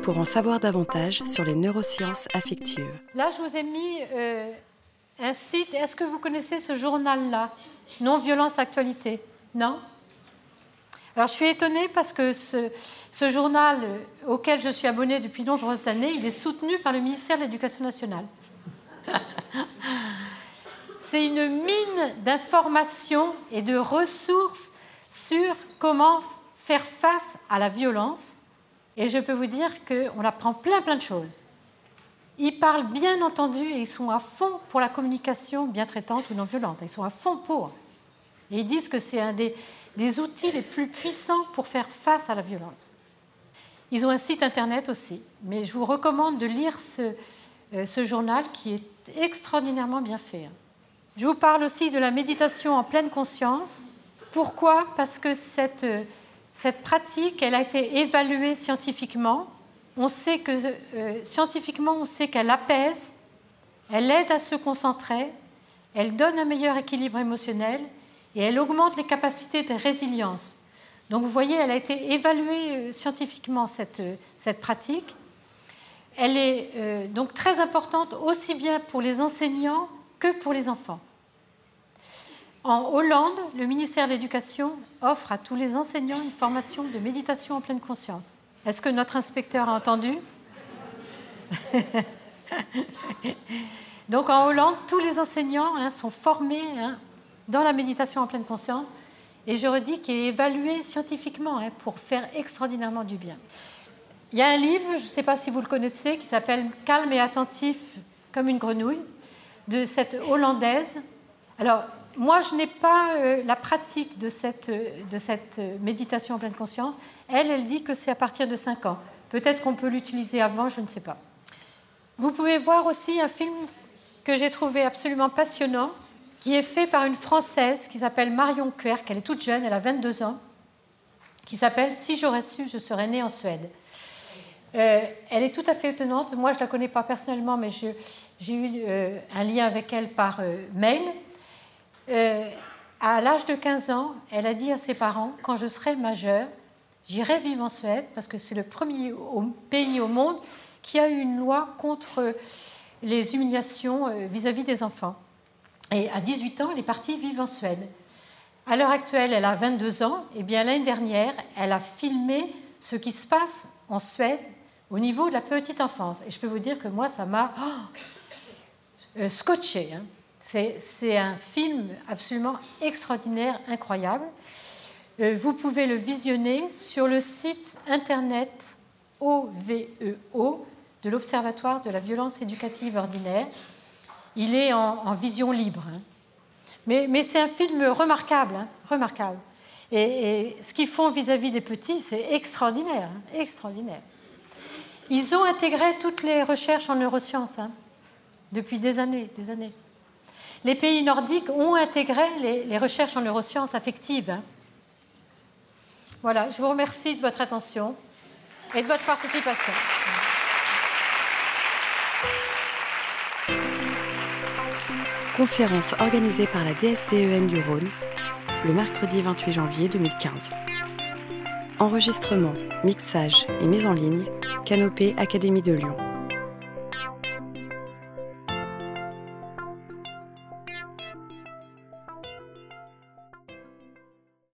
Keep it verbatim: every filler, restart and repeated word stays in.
pour en savoir davantage sur les neurosciences affectives. Là, je vous ai mis euh, un site. Est-ce que vous connaissez ce journal-là? Non-violence actualité? Non? Alors, je suis étonnée parce que ce, ce journal auquel je suis abonnée depuis de nombreuses années, il est soutenu par le ministère de l'Éducation nationale. C'est une mine d'informations et de ressources sur comment faire face à la violence. Et je peux vous dire qu'on apprend plein, plein de choses. Ils parlent bien entendu et ils sont à fond pour la communication bien traitante ou non violente. Ils sont à fond pour. Et ils disent que c'est un des, des outils les plus puissants pour faire face à la violence. Ils ont un site internet aussi. Mais je vous recommande de lire ce, euh, ce journal qui est extraordinairement bien fait. Je vous parle aussi de la méditation en pleine conscience. Pourquoi? Parce que cette, cette pratique, elle a été évaluée scientifiquement. On sait que, euh, scientifiquement, on sait qu'elle apaise, elle aide à se concentrer, elle donne un meilleur équilibre émotionnel et elle augmente les capacités de résilience. Donc vous voyez, elle a été évaluée euh, scientifiquement, cette, euh, cette pratique. Elle est euh, donc très importante aussi bien pour les enseignants que pour les enfants. En Hollande, le ministère de l'Éducation offre à tous les enseignants une formation de méditation en pleine conscience. Est-ce que notre inspecteur a entendu? Donc en Hollande, tous les enseignants hein, sont formés hein, dans la méditation en pleine conscience. Et je redis qu'il est évalué scientifiquement hein, pour faire extraordinairement du bien. Il y a un livre, je ne sais pas si vous le connaissez, qui s'appelle « Calme et attentif comme une grenouille » de cette Hollandaise. Alors, moi, je n'ai pas euh, la pratique de cette, de cette méditation en pleine conscience. Elle, elle dit que c'est à partir de cinq ans. Peut-être qu'on peut l'utiliser avant, je ne sais pas. Vous pouvez voir aussi un film que j'ai trouvé absolument passionnant, qui est fait par une Française qui s'appelle Marion Querc. Elle est toute jeune, elle a vingt-deux ans, qui s'appelle « Si j'aurais su, je serais née en Suède ». Euh, elle est tout à fait étonnante. Moi, je ne la connais pas personnellement, mais je, j'ai eu euh, un lien avec elle par euh, mail. Euh, à l'âge de quinze ans, elle a dit à ses parents, quand je serai majeure, j'irai vivre en Suède, parce que c'est le premier au, pays au monde qui a eu une loi contre les humiliations euh, vis-à-vis des enfants. Et à dix-huit ans, elle est partie vivre en Suède. À l'heure actuelle, elle a vingt-deux ans. Et bien l'année dernière, elle a filmé ce qui se passe en Suède au niveau de la petite enfance. Et je peux vous dire que moi, ça m'a oh, euh, scotché. Hein. C'est, c'est un film absolument extraordinaire, incroyable. Euh, vous pouvez le visionner sur le site internet O V E O de l'Observatoire de la violence éducative ordinaire. Il est en, en vision libre. Hein. Mais, mais c'est un film remarquable, hein, remarquable. Et, et ce qu'ils font vis-à-vis des petits, c'est extraordinaire, hein, extraordinaire. Ils ont intégré toutes les recherches en neurosciences hein, depuis des années, des années. Les pays nordiques ont intégré les, les recherches en neurosciences affectives. Hein. Voilà, je vous remercie de votre attention et de votre participation. Conférence organisée par la D S D E N du Rhône, le mercredi vingt-huit janvier deux mille quinze. Enregistrement, mixage et mise en ligne, Canopée Académie de Lyon.